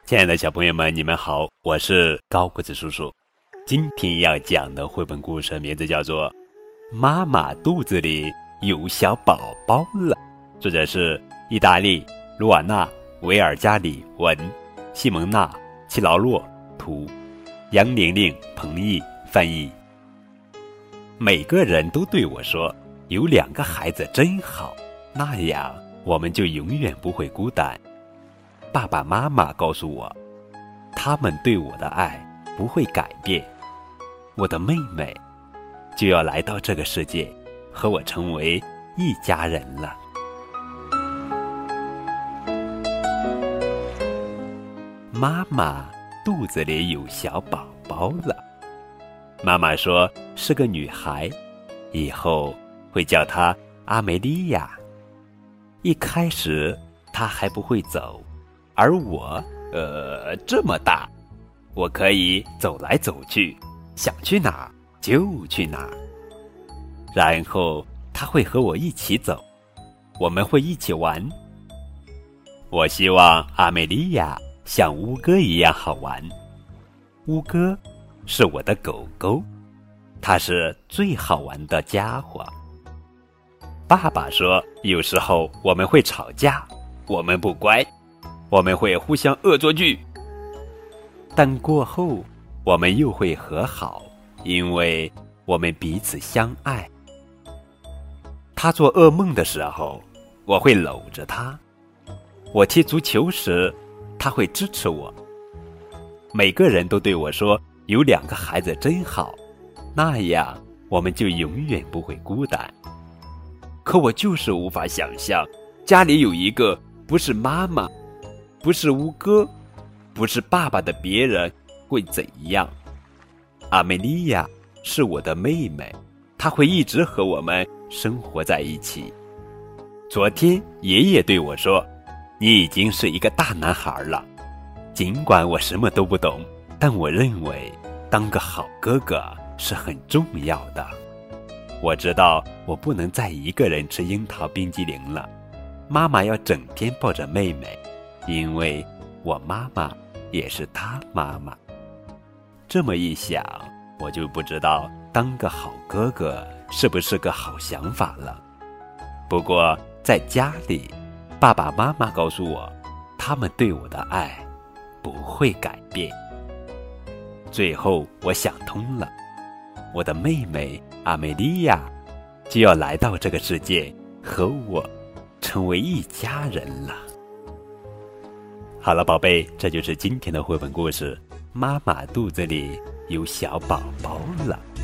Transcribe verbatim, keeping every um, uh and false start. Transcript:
亲爱的小朋友们，你们好，我是高个子叔叔。今天要讲的绘本故事名字叫做《妈妈肚子里有小宝宝了》，作者是意大利卢瓦纳·维尔加里文，西蒙娜·齐劳洛图，杨玲玲、彭毅翻译。每个人都对我说，有两个孩子真好，那样我们就永远不会孤单。爸爸妈妈告诉我，他们对我的爱不会改变。我的妹妹就要来到这个世界，和我成为一家人了。妈妈肚子里有小宝宝了。妈妈说是个女孩，以后会叫她阿梅莉亚。一开始她还不会走，而我呃这么大，我可以走来走去，想去哪儿就去哪儿。然后她会和我一起走，我们会一起玩。我希望阿梅莉亚像乌哥一样好玩。乌哥是我的狗狗，它是最好玩的家伙。爸爸说，有时候我们会吵架，我们不乖，我们会互相恶作剧，但过后我们又会和好，因为我们彼此相爱。他做噩梦的时候，我会搂着他；我踢足球时，他会支持我。每个人都对我说，有两个孩子真好，那样我们就永远不会孤单。可我就是无法想象，家里有一个不是妈妈，不是乌哥，不是爸爸的别人会怎样。阿梅莉亚是我的妹妹，她会一直和我们生活在一起。昨天爷爷对我说，你已经是一个大男孩了。尽管我什么都不懂，但我认为当个好哥哥是很重要的。我知道我不能再一个人吃樱桃冰激凌了，妈妈要整天抱着妹妹，因为我妈妈也是她妈妈。这么一想，我就不知道当个好哥哥是不是个好想法了。不过在家里，爸爸妈妈告诉我，他们对我的爱不会改变。最后我想通了，我的妹妹阿梅莉亚就要来到这个世界，和我成为一家人了。好了，宝贝，这就是今天的绘本故事，妈妈肚子里有小宝宝了。